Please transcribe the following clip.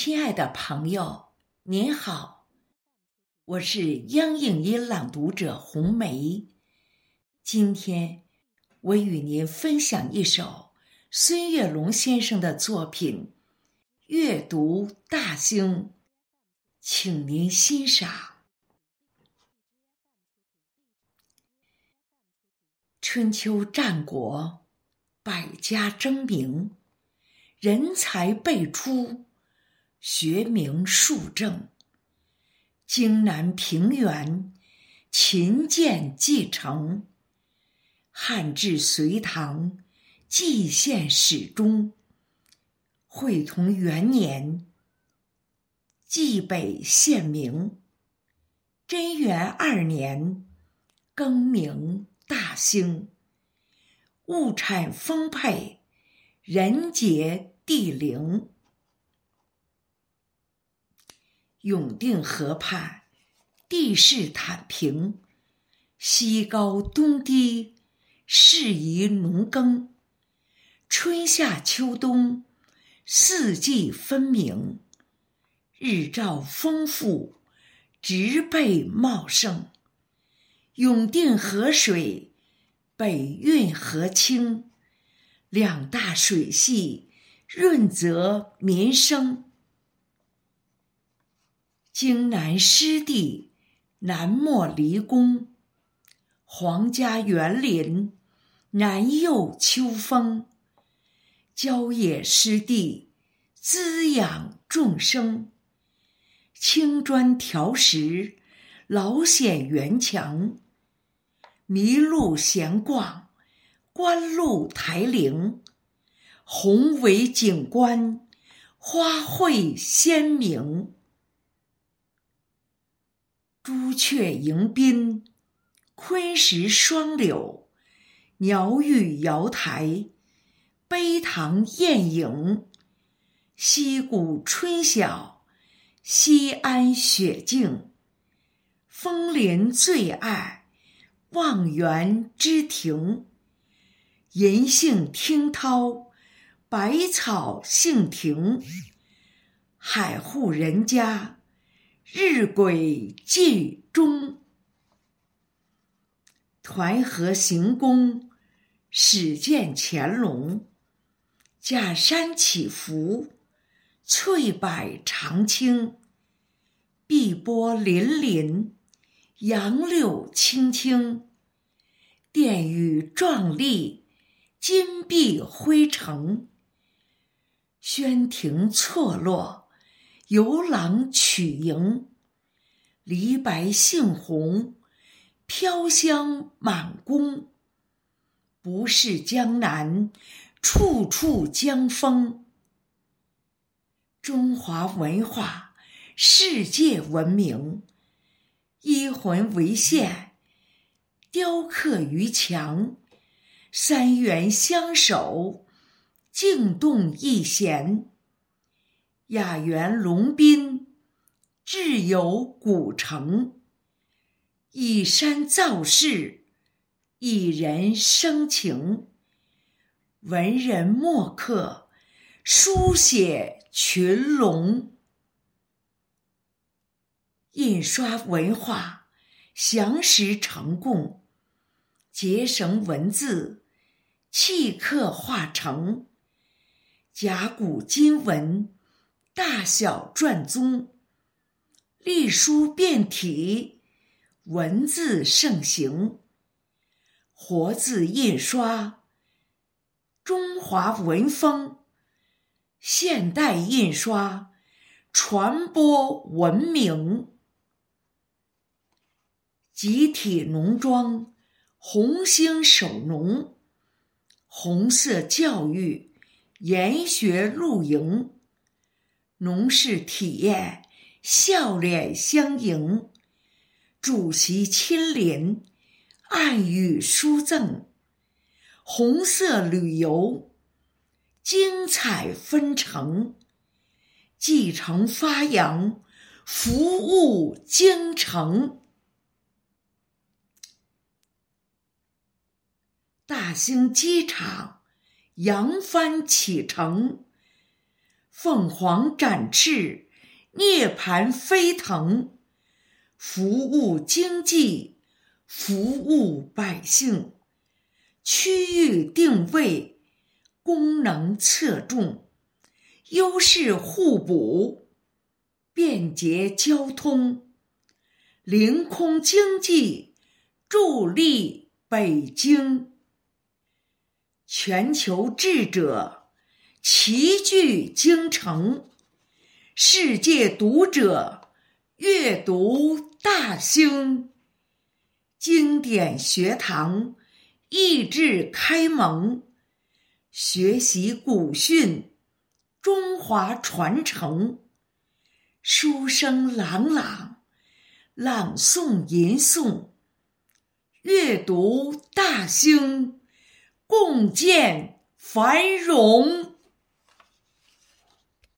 亲爱的朋友，您好，我是央影音朗读者红梅。今天我与您分享一首孙月龙先生的作品《阅读大兴》，请您欣赏。春秋战国，百家争鸣，人才辈出，学名树正。荆南平原，秦建继承。汉至隋唐，蓟县始终。会同元年，蓟北县名。贞元2年，更名大兴。物产丰沛，人杰地灵。永定河畔，地势坦平，西高东低，适宜农耕。春夏秋冬，四季分明，日照丰富，植被茂盛。永定河水，北运河清，两大水系，润泽民生。荆南湿地，南没离宫。皇家园林，南佑秋风。郊野湿地，滋养众生。青砖条石，老显园墙。麋鹿闲逛，观鹿台陵。宏伟景观，花卉鲜明。朱雀迎宾，昆石双柳。鸟语瑶台，碑堂艳影。溪谷春晓，西安雪静。枫林最爱，望园之庭。银杏听涛，百草杏庭。海户人家，日晷记钟。团河行宫，始见乾隆。假山起伏，翠柏长青。碧波粼粼，杨柳青青。殿宇壮丽，金碧辉呈。轩庭错落，游廊曲营。梨白杏红，飘香满宫。不是江南，处处江风。中华文化，世界闻名。一魂为线，雕刻于墙。三元相守，静动一弦。雅园龙宾，志有古城。以山造势，以人生情。文人墨客，书写群龙。印刷文化，详实成供。结绳文字，契刻化成。甲骨金文，大小篆宗。隶书变体，文字盛行。活字印刷，中华文风。现代印刷，传播文明。集体农庄，红星守农。红色教育，研学露营。农事体验，笑脸相迎。主席亲临，暗语书赠。红色旅游，精彩纷呈。继承发扬，服务京城。大兴机场，扬帆启程。 凤凰展翅，涅槃飞腾，服务经济，服务百姓，区域定位，功能侧重，优势互补，便捷交通，凌空经济，助力北京。全球智者齐聚京城，世界读者阅读大兴。经典学堂益智开蒙，学习古训，中华传承。书声朗朗，朗诵吟诵，阅读大兴，共建繁荣。